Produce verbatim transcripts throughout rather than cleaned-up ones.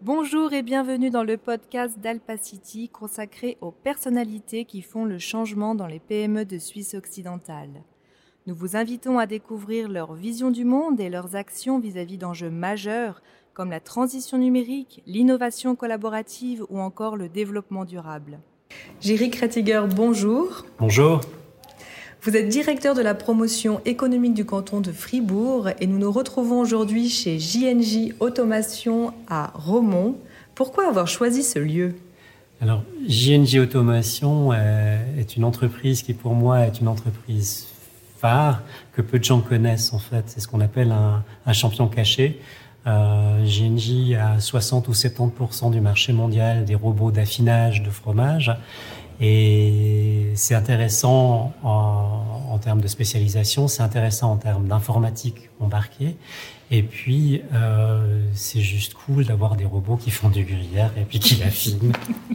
Bonjour et bienvenue dans le podcast d'Alpacity consacré aux personnalités qui font le changement dans les P M E de Suisse occidentale. Nous vous invitons à découvrir leur vision du monde et leurs actions vis-à-vis d'enjeux majeurs comme la transition numérique, l'innovation collaborative ou encore le développement durable. Géry Kretiger, bonjour. Bonjour. Vous êtes directeur de la promotion économique du canton de Fribourg et nous nous retrouvons aujourd'hui chez J N J Automation à Romont. Pourquoi avoir choisi ce lieu ? Alors, J N J Automation est une entreprise qui, pour moi, est une entreprise phare que peu de gens connaissent, en fait. C'est ce qu'on appelle un, un champion caché. Euh, J N J a soixante ou soixante-dix pour cent du marché mondial des robots d'affinage de fromage. Et c'est intéressant en, en termes de spécialisation, c'est intéressant en termes d'informatique embarquée. Et puis, euh, c'est juste cool d'avoir des robots qui font du gruyère et puis qui affinent.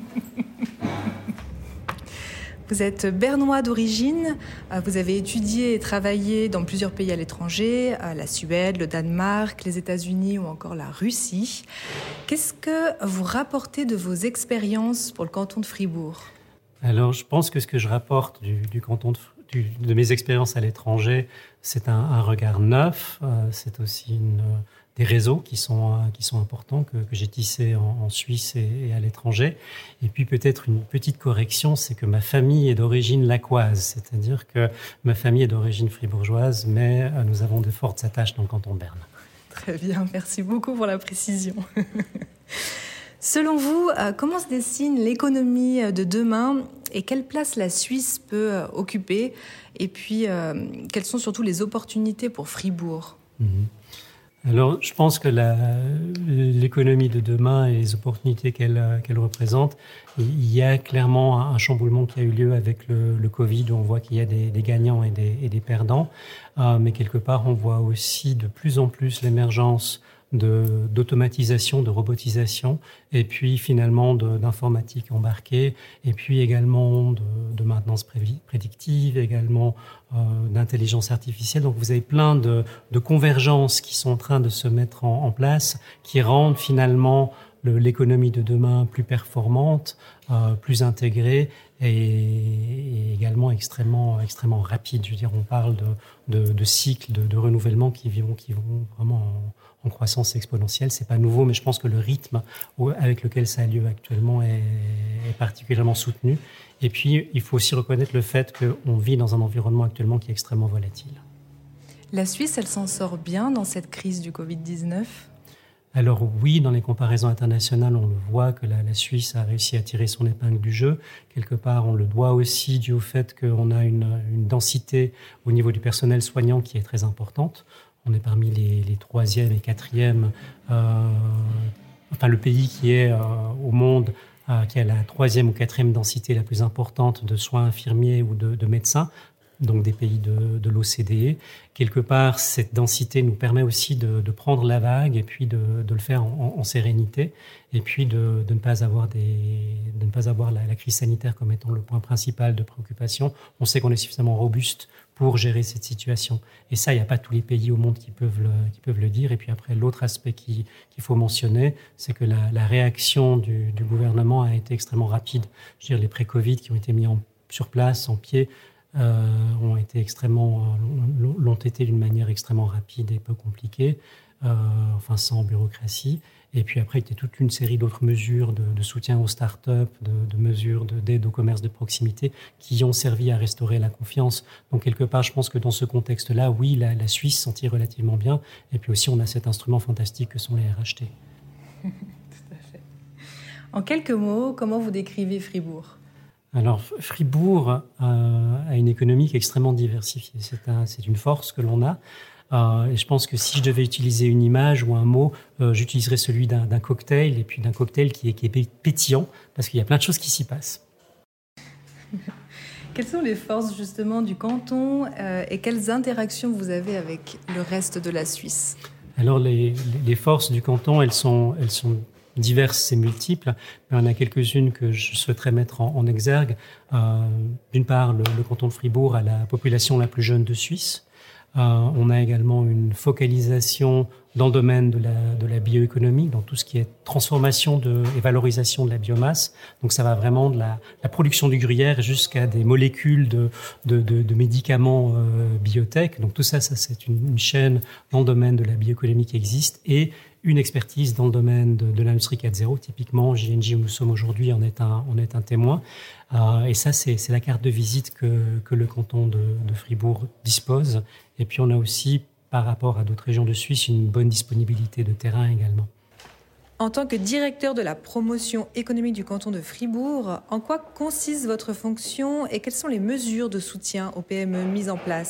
Vous êtes bernois d'origine, vous avez étudié et travaillé dans plusieurs pays à l'étranger, la Suède, le Danemark, les États-Unis ou encore la Russie. Qu'est-ce que vous rapportez de vos expériences pour le canton de Fribourg ? Alors, je pense que ce que je rapporte du, du canton de, du, de mes expériences à l'étranger, c'est un, un regard neuf. Euh, c'est aussi une, des réseaux qui sont, qui sont importants que, que j'ai tissés en, en Suisse et, et à l'étranger. Et puis peut-être une petite correction, c'est que ma famille est d'origine laquoise, c'est-à-dire que ma famille est d'origine fribourgeoise, mais euh, nous avons de fortes attaches dans le canton de Berne. Très bien, merci beaucoup pour la précision. Selon vous, comment se dessine l'économie de demain et quelle place la Suisse peut occuper ? Et puis, euh, quelles sont surtout les opportunités pour Fribourg ? Mmh. Alors, je pense que la, l'économie de demain et les opportunités qu'elle, qu'elle représente, il y a clairement un chamboulement qui a eu lieu avec le, le Covid, où on voit qu'il y a des, des gagnants et des, et des perdants. Euh, mais quelque part, on voit aussi de plus en plus l'émergence de, d'automatisation, de robotisation, et puis finalement de, d'informatique embarquée, et puis également de, de maintenance prédictive, également euh, d'intelligence artificielle. Donc vous avez plein de, de convergences qui sont en train de se mettre en, en place, qui rendent finalement le, l'économie de demain plus performante, euh, plus intégrée et, et également extrêmement, extrêmement rapide. Je veux dire, on parle de, de, de cycles de, de renouvellement qui vont, qui vont vraiment en, en croissance exponentielle. C'est pas nouveau, mais je pense que le rythme avec lequel ça a lieu actuellement est, est particulièrement soutenu. Et puis, il faut aussi reconnaître le fait qu'on vit dans un environnement actuellement qui est extrêmement volatile. La Suisse, elle s'en sort bien dans cette crise du covid dix-neuf ? Alors oui, dans les comparaisons internationales, on le voit que la, la Suisse a réussi à tirer son épingle du jeu. Quelque part, on le doit aussi dû au fait qu'on a une, une densité au niveau du personnel soignant qui est très importante. On est parmi les, les troisième et quatrième, euh, enfin le pays qui est euh, au monde euh, qui a la troisième ou quatrième densité la plus importante de soins infirmiers ou de, de médecins, donc des pays de, de l'O C D E. Quelque part, cette densité nous permet aussi de, de prendre la vague et puis de, de le faire en, en sérénité, et puis de, de ne pas avoir des, de ne pas avoir la, la crise sanitaire comme étant le point principal de préoccupation. On sait qu'on est suffisamment robuste pour gérer cette situation. Et ça, il n'y a pas tous les pays au monde qui peuvent le, qui peuvent le dire. Et puis après, l'autre aspect qui, qu'il faut mentionner, c'est que la, la réaction du, du gouvernement a été extrêmement rapide. Je veux dire, les pré-Covid qui ont été mis en, sur place, en pied, euh, ont été extrêmement, l'ont été d'une manière extrêmement rapide et peu compliquée, euh, enfin sans bureaucratie. Et puis après, il y a toute une série d'autres mesures de, de soutien aux startups, de, de mesures de, d'aide au commerce de proximité qui ont servi à restaurer la confiance. Donc quelque part, je pense que dans ce contexte-là, oui, la, la Suisse s'en tire relativement bien. Et puis aussi, on a cet instrument fantastique que sont les R H T. Tout à fait. En quelques mots, comment vous décrivez Fribourg ? Alors, Fribourg euh, a une économie qui est extrêmement diversifiée. C'est, un, c'est une force que l'on a. Euh, et je pense que si je devais utiliser une image ou un mot, euh, j'utiliserais celui d'un, d'un cocktail, et puis d'un cocktail qui est, qui est pétillant, parce qu'il y a plein de choses qui s'y passent. Quelles sont les forces justement du canton euh, et quelles interactions vous avez avec le reste de la Suisse ? Alors, les, les forces du canton, elles sont, elles sont diverses et multiples, mais il y en a quelques-unes que je souhaiterais mettre en, en exergue. Euh, d'une part, le, le canton de Fribourg a la population la plus jeune de Suisse. Euh, on a également une focalisation dans le domaine de la, de la bioéconomie, dans tout ce qui est transformation de, et valorisation de la biomasse. Donc ça va vraiment de la, la production du gruyère jusqu'à des molécules de, de, de, de médicaments euh, biotech. Donc tout ça, ça c'est une, une chaîne dans le domaine de la bioéconomie qui existe et une expertise dans le domaine de, de l'industrie quatre zéro. Typiquement, J N J, où nous sommes aujourd'hui, en est un, en est un témoin. Euh, et ça, c'est, c'est la carte de visite que, que le canton de, de Fribourg dispose. Et puis, on a aussi, par rapport à d'autres régions de Suisse, une bonne disponibilité de terrain également. En tant que directeur de la promotion économique du canton de Fribourg, en quoi consiste votre fonction et quelles sont les mesures de soutien aux P M E mises en place ?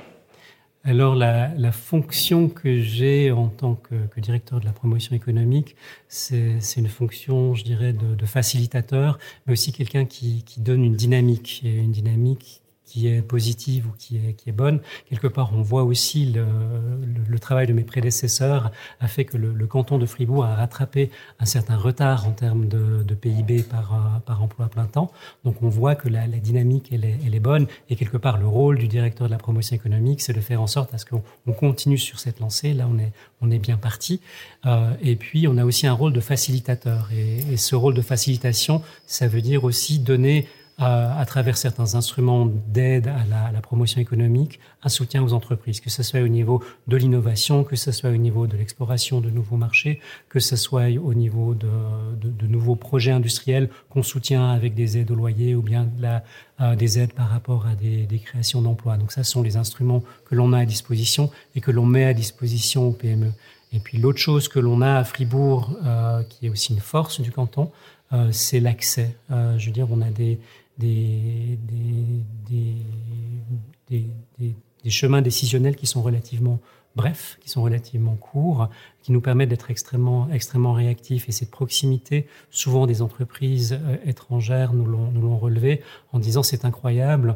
Alors, la, la fonction que j'ai en tant que, que directeur de la promotion économique, c'est, c'est une fonction, je dirais, de, de facilitateur, mais aussi quelqu'un qui, qui donne une dynamique, et une dynamique qui est positive ou qui est, qui est bonne. Quelque part, on voit aussi le, le, le travail de mes prédécesseurs a fait que le, le canton de Fribourg a rattrapé un certain retard en termes de, de P I B par, par emploi à plein temps. Donc, on voit que la, la dynamique, elle est, elle est bonne. Et quelque part, le rôle du directeur de la promotion économique, c'est de faire en sorte à ce qu'on on continue sur cette lancée. Là, on est, on est bien parti. Euh, et puis, on a aussi un rôle de facilitateur. Et, et ce rôle de facilitation, ça veut dire aussi donner à travers certains instruments d'aide à la, à la promotion économique, un soutien aux entreprises, que ce soit au niveau de l'innovation, que ce soit au niveau de l'exploration de nouveaux marchés, que ce soit au niveau de, de, de nouveaux projets industriels qu'on soutient avec des aides au loyer ou bien de la, euh, des aides par rapport à des, des créations d'emplois. Donc ça, ce sont les instruments que l'on a à disposition et que l'on met à disposition aux P M E. Et puis l'autre chose que l'on a à Fribourg, euh, qui est aussi une force du canton, euh, c'est l'accès. Euh, je veux dire, on a des Des, des, des, des, des, des chemins décisionnels qui sont relativement brefs, qui sont relativement courts, qui nous permettent d'être extrêmement, extrêmement réactifs. Et cette proximité, souvent des entreprises euh, étrangères nous l'ont, nous l'ont relevé en disant c'est incroyable.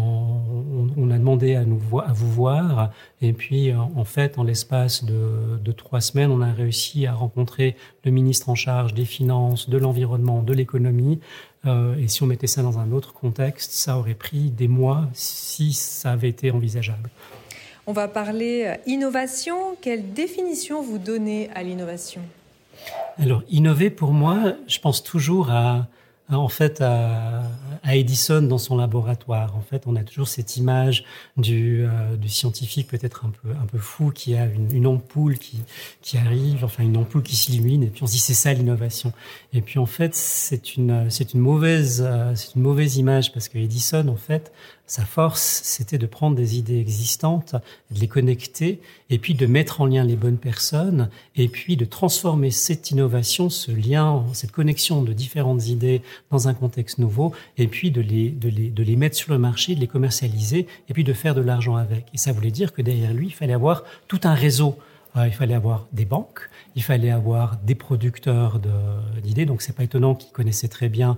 On, on a demandé à, nous vo- à vous voir et puis en fait en l'espace de, de trois semaines on a réussi à rencontrer le ministre en charge des finances, de l'environnement, de l'économie euh, et si on mettait ça dans un autre contexte ça aurait pris des mois si ça avait été envisageable. On va parler innovation. Quelle définition vous donnez à l'innovation ? Alors innover pour moi je pense toujours à en fait à, à Edison dans son laboratoire. En fait, on a toujours cette image du, euh, du scientifique peut-être un peu un peu fou qui a une, une ampoule qui qui arrive, enfin une ampoule qui s'illumine et puis on se dit c'est ça l'innovation. Et puis en fait, c'est une c'est une mauvaise euh, c'est une mauvaise image parce que Edison en fait sa force, c'était de prendre des idées existantes, de les connecter, et puis de mettre en lien les bonnes personnes, et puis de transformer cette innovation, ce lien, cette connexion de différentes idées dans un contexte nouveau, et puis de les, de les, de les mettre sur le marché, de les commercialiser, et puis de faire de l'argent avec. Et ça voulait dire que derrière lui, il fallait avoir tout un réseau. Euh, il fallait avoir des banques, il fallait avoir des producteurs de, d'idées. Donc, c'est pas étonnant qu'il connaissait très bien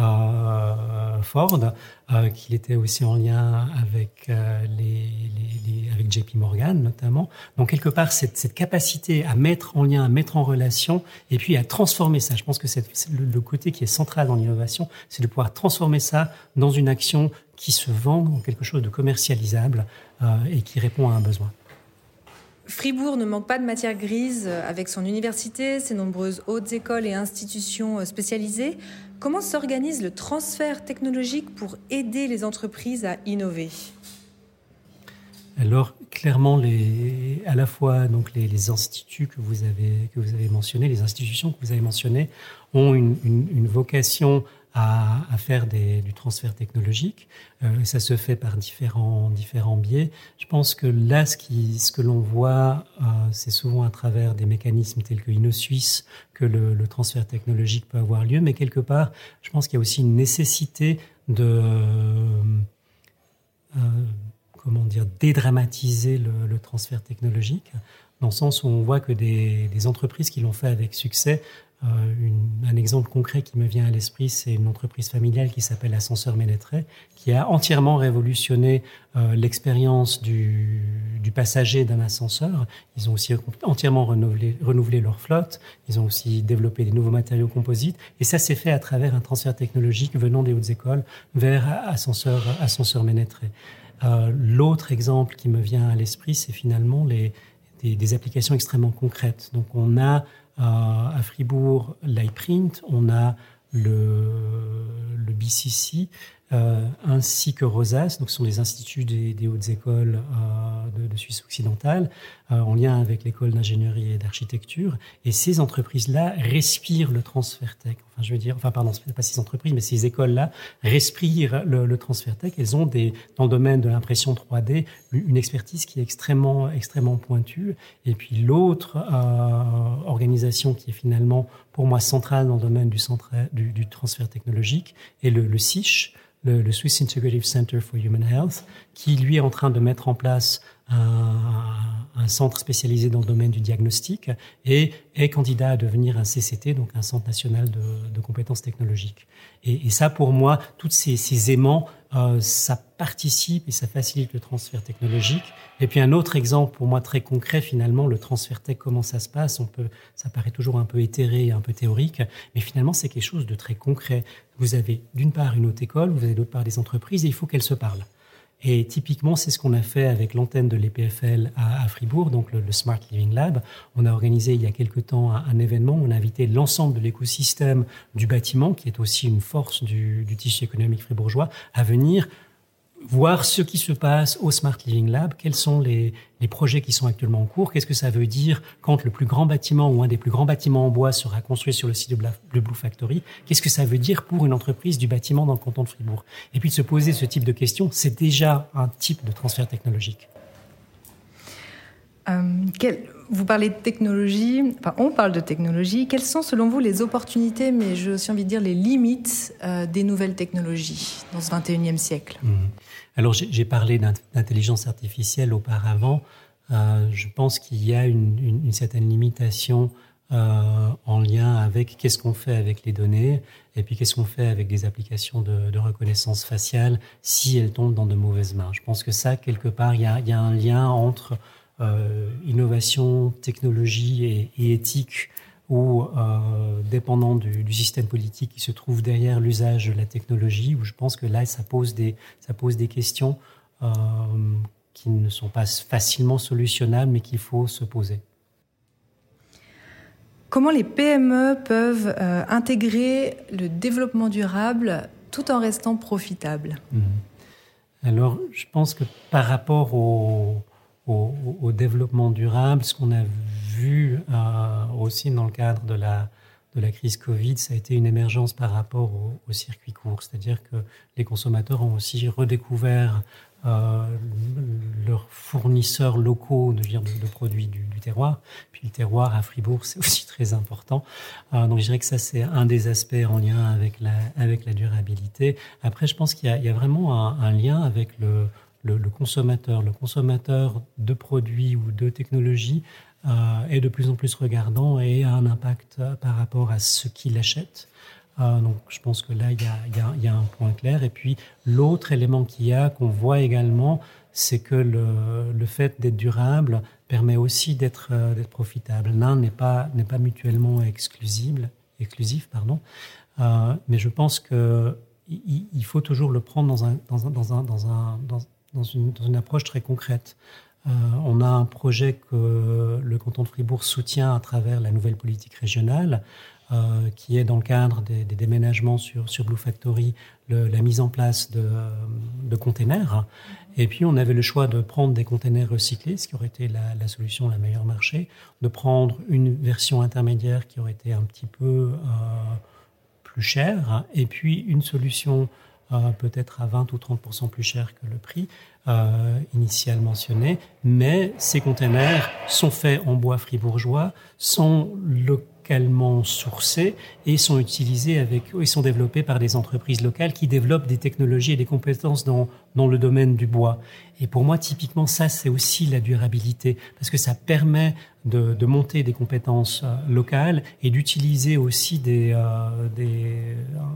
euh, Ford, euh, qu'il était aussi en lien avec euh, les, les, les, avec J P Morgan notamment. Donc, quelque part, cette, cette capacité à mettre en lien, à mettre en relation, et puis à transformer ça. Je pense que c'est, c'est le, le côté qui est central dans l'innovation, c'est de pouvoir transformer ça dans une action qui se vend en quelque chose de commercialisable euh, et qui répond à un besoin. Fribourg ne manque pas de matière grise avec son université, ses nombreuses hautes écoles et institutions spécialisées. Comment s'organise le transfert technologique pour aider les entreprises à innover ? Alors, clairement, les, à la fois donc les, les instituts que vous avez que vous avez mentionnés, les institutions que vous avez mentionnées, ont une, une, une vocation à, à faire des, du transfert technologique. Euh, ça se fait par différents différents biais. Je pense que là, ce qui ce que l'on voit, euh, c'est souvent à travers des mécanismes tels que InnoSuisse que le, le transfert technologique peut avoir lieu. Mais quelque part, je pense qu'il y a aussi une nécessité de euh, comment dire, dédramatiser le, le transfert technologique, dans le sens où on voit que des, des entreprises qui l'ont fait avec succès, euh, une, un exemple concret qui me vient à l'esprit, c'est une entreprise familiale qui s'appelle Ascenseur Ménétrais, qui a entièrement révolutionné euh, l'expérience du, du passager d'un ascenseur. Ils ont aussi entièrement renouvelé, renouvelé leur flotte, ils ont aussi développé des nouveaux matériaux composites, et ça s'est fait à travers un transfert technologique venant des hautes écoles vers Ascenseur, Ascenseur Ménétrais. Euh, l'autre exemple qui me vient à l'esprit, c'est finalement les, des, des applications extrêmement concrètes. Donc on a euh, à Fribourg l'iPrint, on a le, le B C C, euh, ainsi que Rosas, donc ce sont des instituts des, des hautes écoles euh, de, de Suisse occidentale, euh, en lien avec l'école d'ingénierie et d'architecture. Et ces entreprises-là respirent le transfert tech. Enfin, je veux dire, enfin, pardon, c'est pas ces entreprises, mais ces écoles-là respirent le, le transfert tech. Elles ont des, dans le domaine de l'impression trois D, une expertise qui est extrêmement, extrêmement pointue. Et puis l'autre euh, organisation qui est finalement, pour moi, centrale dans le domaine du, centre, du, du transfert technologique est le, le S I C H, le, le Swiss Integrative Center for Human Health, qui lui est en train de mettre en place un, un centre spécialisé dans le domaine du diagnostic et est candidat à devenir un C C T, donc un centre national de, de compétences technologiques. Et, et ça, pour moi, tous ces, ces aimants, euh, ça participe et ça facilite le transfert technologique. Et puis un autre exemple, pour moi, très concret, finalement, le transfert tech, comment ça se passe. On peut, ça paraît toujours un peu éthéré, un peu théorique, mais finalement, c'est quelque chose de très concret. Vous avez d'une part une haute école, vous avez d'autre part des entreprises, et il faut qu'elles se parlent. Et typiquement, c'est ce qu'on a fait avec l'antenne de l'E P F L à, à Fribourg, donc le, le Smart Living Lab. On a organisé il y a quelque temps un, un événement où on a invité l'ensemble de l'écosystème du bâtiment, qui est aussi une force du, du tissu économique fribourgeois, à venir voir ce qui se passe au Smart Living Lab, quels sont les, les projets qui sont actuellement en cours, qu'est-ce que ça veut dire quand le plus grand bâtiment ou un des plus grands bâtiments en bois sera construit sur le site de, Bla, de Blue Factory, qu'est-ce que ça veut dire pour une entreprise du bâtiment dans le canton de Fribourg. Et puis de se poser ce type de questions, c'est déjà un type de transfert technologique. Euh, quel, vous parlez de technologie, enfin on parle de technologie. Quelles sont selon vous les opportunités, mais j'ai aussi envie de dire les limites euh, des nouvelles technologies dans ce vingt et unième siècle? Mmh. Alors j'ai, j'ai parlé d'intelligence artificielle auparavant. Euh, je pense qu'il y a une, une, une certaine limitation euh, en lien avec qu'est-ce qu'on fait avec les données et puis qu'est-ce qu'on fait avec des applications de, de reconnaissance faciale si elles tombent dans de mauvaises mains. Je pense que ça, quelque part, il y a, il y a un lien entre Euh, innovation, technologie et, et éthique, ou euh, dépendant du, du système politique qui se trouve derrière l'usage de la technologie, où je pense que là, ça pose des, ça pose des questions euh, qui ne sont pas facilement solutionnables, mais qu'il faut se poser. Comment les P M E peuvent euh, intégrer le développement durable tout en restant profitables? Mmh. Alors, je pense que par rapport au Au, au développement durable, ce qu'on a vu euh, aussi dans le cadre de la, de la crise Covid, ça a été une émergence par rapport au, au circuit court. C'est-à-dire que les consommateurs ont aussi redécouvert euh, leurs fournisseurs locaux de, de, de produits du, du terroir. Puis le terroir à Fribourg, c'est aussi très important. Euh, donc je dirais que ça, c'est un des aspects en lien avec la, avec la durabilité. Après, je pense qu'il y a, il y a vraiment un, un lien avec le Le, le consommateur, le consommateur de produits ou de technologies euh, est de plus en plus regardant et a un impact euh, par rapport à ce qu'il achète. Euh, donc, je pense que là, il y a, il y a, il y a un point clair. Et puis, l'autre élément qu'il y a, qu'on voit également, c'est que le, le fait d'être durable permet aussi d'être, euh, d'être profitable. L'un n'est pas, n'est pas mutuellement exclusible, exclusif, pardon. Euh, mais je pense que il, il faut toujours le prendre dans un, dans un, dans un, dans un, dans Dans une, dans une approche très concrète. Euh, on a un projet que le canton de Fribourg soutient à travers la nouvelle politique régionale, euh, qui est dans le cadre des, des déménagements sur, sur Blue Factory, le, la mise en place de, de containers. Et puis, on avait le choix de prendre des containers recyclés, ce qui aurait été la, la solution la meilleure marché, de prendre une version intermédiaire qui aurait été un petit peu euh, plus chère, et puis une solution Euh, peut-être à vingt ou trente pour cent plus cher que le prix euh, initial mentionné, mais ces containers sont faits en bois fribourgeois, sont localement sourcés et sont utilisés avec, et sont développés par des entreprises locales qui développent des technologies et des compétences dans, dans le domaine du bois. Et pour moi, typiquement, ça, c'est aussi la durabilité, parce que ça permet de, de monter des compétences euh, locales et d'utiliser aussi des, euh, des,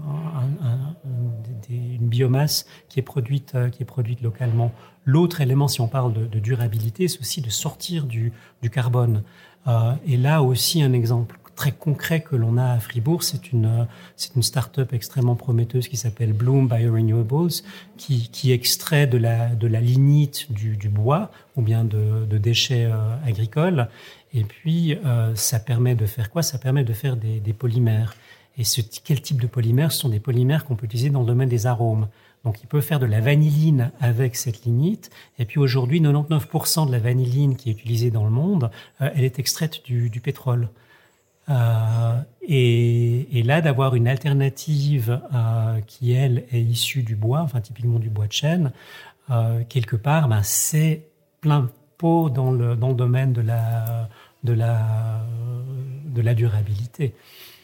un, un, des, une biomasse qui est produite, euh, qui est produite localement. L'autre élément, si on parle de, de durabilité, c'est aussi de sortir du, du carbone. Euh, et là aussi, un exemple très concret que l'on a à Fribourg, c'est une, c'est une start-up extrêmement prometteuse qui s'appelle Bloom Biorenewables, qui, qui extrait de la, de la lignite du, du bois ou bien de, de déchets euh, agricoles. Et puis, euh, ça permet de faire quoi? Ça permet de faire des, des polymères. Et ce, quel type de polymères? Ce sont des polymères qu'on peut utiliser dans le domaine des arômes. Donc, il peut faire de la vanilline avec cette lignite. Et puis, aujourd'hui, quatre-vingt-dix-neuf pour cent de la vanilline qui est utilisée dans le monde, euh, elle est extraite du, du pétrole. Euh, et, et là, d'avoir une alternative euh, qui, elle, est issue du bois, enfin, typiquement du bois de chêne, euh, quelque part, ben, c'est plein pot dans le, dans le domaine de la, de la, de la durabilité.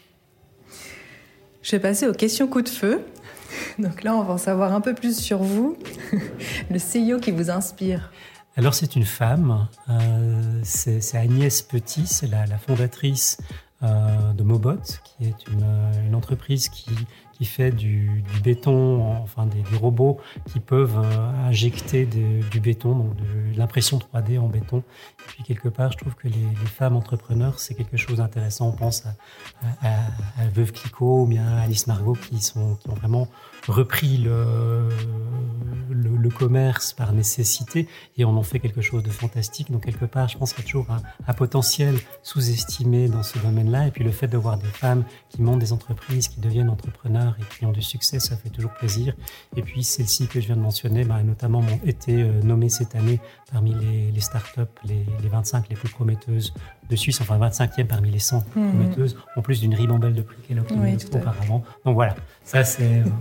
Je vais passer aux questions coup de feu. Donc là, on va en savoir un peu plus sur vous. Le C E O qui vous inspire. Alors, c'est une femme. Euh, c'est, c'est Agnès Petit, c'est la, la fondatrice euh, de Mobot, qui est une, une entreprise qui, qui fait du, du béton, enfin des, des robots qui peuvent euh, injecter de, du béton, donc de, de l'impression trois D en béton. Et puis, quelque part, je trouve que les, les femmes entrepreneurs, c'est quelque chose d'intéressant. On pense à, à, à, à Veuve Clicquot ou bien à Alice Margot qui, sont, qui ont vraiment repris le, le, le commerce par nécessité et on en fait quelque chose de fantastique. Donc, quelque part, je pense qu'il y a toujours un, un potentiel sous-estimé dans ce domaine-là. Et puis, le fait de voir des femmes qui montent des entreprises, qui deviennent entrepreneurs et qui ont du succès, ça fait toujours plaisir. Et puis, celles-ci que je viens de mentionner, bah, notamment, ont été euh, nommées cette année parmi les, les startups, les, les vingt-cinq les plus prometteuses de Suisse, enfin vingt-cinquième parmi les cent mmh. prometteuses, en plus d'une ribambelle de prix qu'elle a obtenue oui, auparavant. Donc voilà, ça c'est... Euh...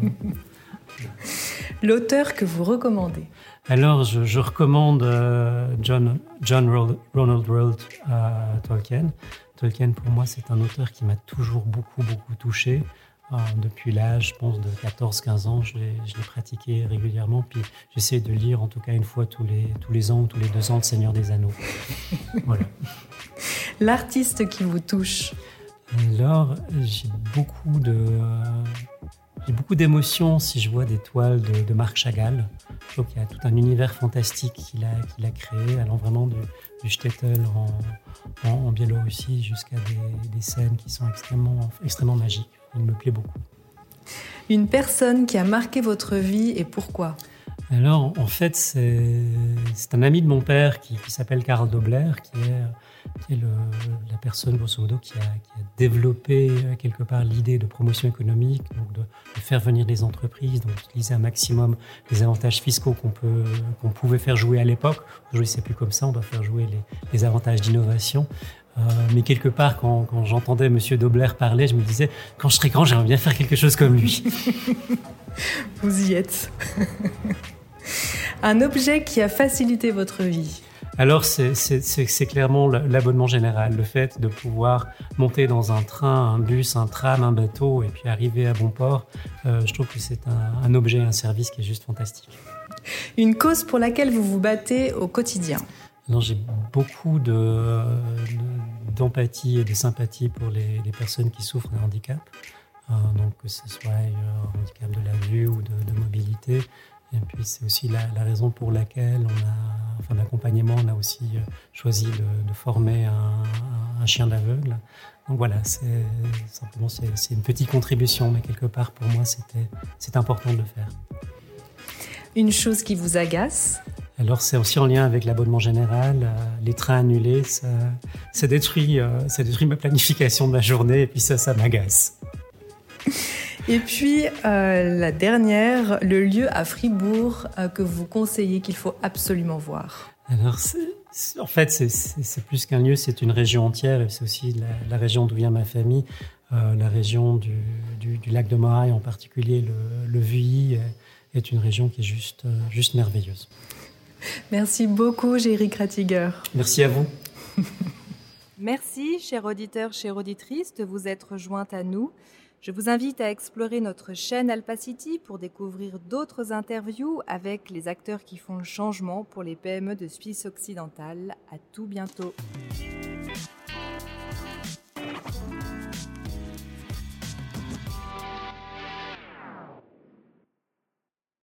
L'auteur que vous recommandez? Alors, je, je recommande euh, John, John Ronald Reuel à Tolkien. Tolkien, pour moi, c'est un auteur qui m'a toujours beaucoup, beaucoup touché. Euh, depuis l'âge, je pense, de quatorze quinze ans, je l'ai, je l'ai pratiqué régulièrement. Puis j'essaie de lire en tout cas une fois tous les, tous les ans ou tous les deux ans Le Seigneur des Anneaux. Voilà. L'artiste qui vous touche? Alors, j'ai beaucoup de... Euh, J'ai beaucoup d'émotions si je vois des toiles de, de Marc Chagall. Je trouve qu'il y a tout un univers fantastique qu'il a, qu'il a créé, allant vraiment du, du shtetl en, en, en Biélorussie jusqu'à des, des scènes qui sont extrêmement, extrêmement magiques. Il me plaît beaucoup. Une personne qui a marqué votre vie et pourquoi? Alors, en fait, c'est, c'est un ami de mon père qui, qui s'appelle Karl Dobler, qui est... qui est le, la personne, grosso modo, qui a, qui a développé quelque part l'idée de promotion économique, donc de, de faire venir les entreprises, donc d'utiliser un maximum les avantages fiscaux qu'on, peut, qu'on pouvait faire jouer à l'époque. Aujourd'hui, c'est plus comme ça, on doit faire jouer les, les avantages d'innovation. Euh, mais quelque part, quand, quand j'entendais M. Dobler parler, je me disais, quand je serai grand, j'aimerais bien faire quelque chose comme lui. Vous y êtes. Un objet qui a facilité votre vie? Alors, c'est, c'est, c'est, c'est clairement l'abonnement général, le fait de pouvoir monter dans un train, un bus, un tram, un bateau et puis arriver à bon port. Euh, je trouve que c'est un, un objet, un service qui est juste fantastique. Une cause pour laquelle vous vous battez au quotidien? Alors, j'ai beaucoup de, de, d'empathie et de sympathie pour les, les personnes qui souffrent d'un handicap, euh, donc que ce soit un handicap de la vue ou de, de mobilité. Et puis, c'est aussi la, la raison pour laquelle on a, enfin, l'accompagnement, on a aussi choisi de, de former un, un chien d'aveugle. Donc voilà, c'est simplement c'est, c'est une petite contribution, mais quelque part pour moi, c'était, c'est important de le faire. Une chose qui vous agace? Alors, c'est aussi en lien avec l'abonnement général. Euh, les trains annulés, ça, ça, détruit, euh, ça détruit ma planification de la journée et puis ça, ça m'agace. Et puis, euh, la dernière, le lieu à Fribourg euh, que vous conseillez, qu'il faut absolument voir. Alors, c'est, c'est, en fait, c'est, c'est, c'est plus qu'un lieu, c'est une région entière. Et c'est aussi la, la région d'où vient ma famille, euh, la région du, du, du lac de Moraille, en particulier le, le Vuilly, est, est une région qui est juste, euh, juste merveilleuse. Merci beaucoup, Géry Kratiger. Merci à vous. Merci, chers auditeurs, chères auditrices, de vous être jointes à nous. Je vous invite à explorer notre chaîne Alpacity pour découvrir d'autres interviews avec les acteurs qui font le changement pour les P M E de Suisse occidentale. À tout bientôt.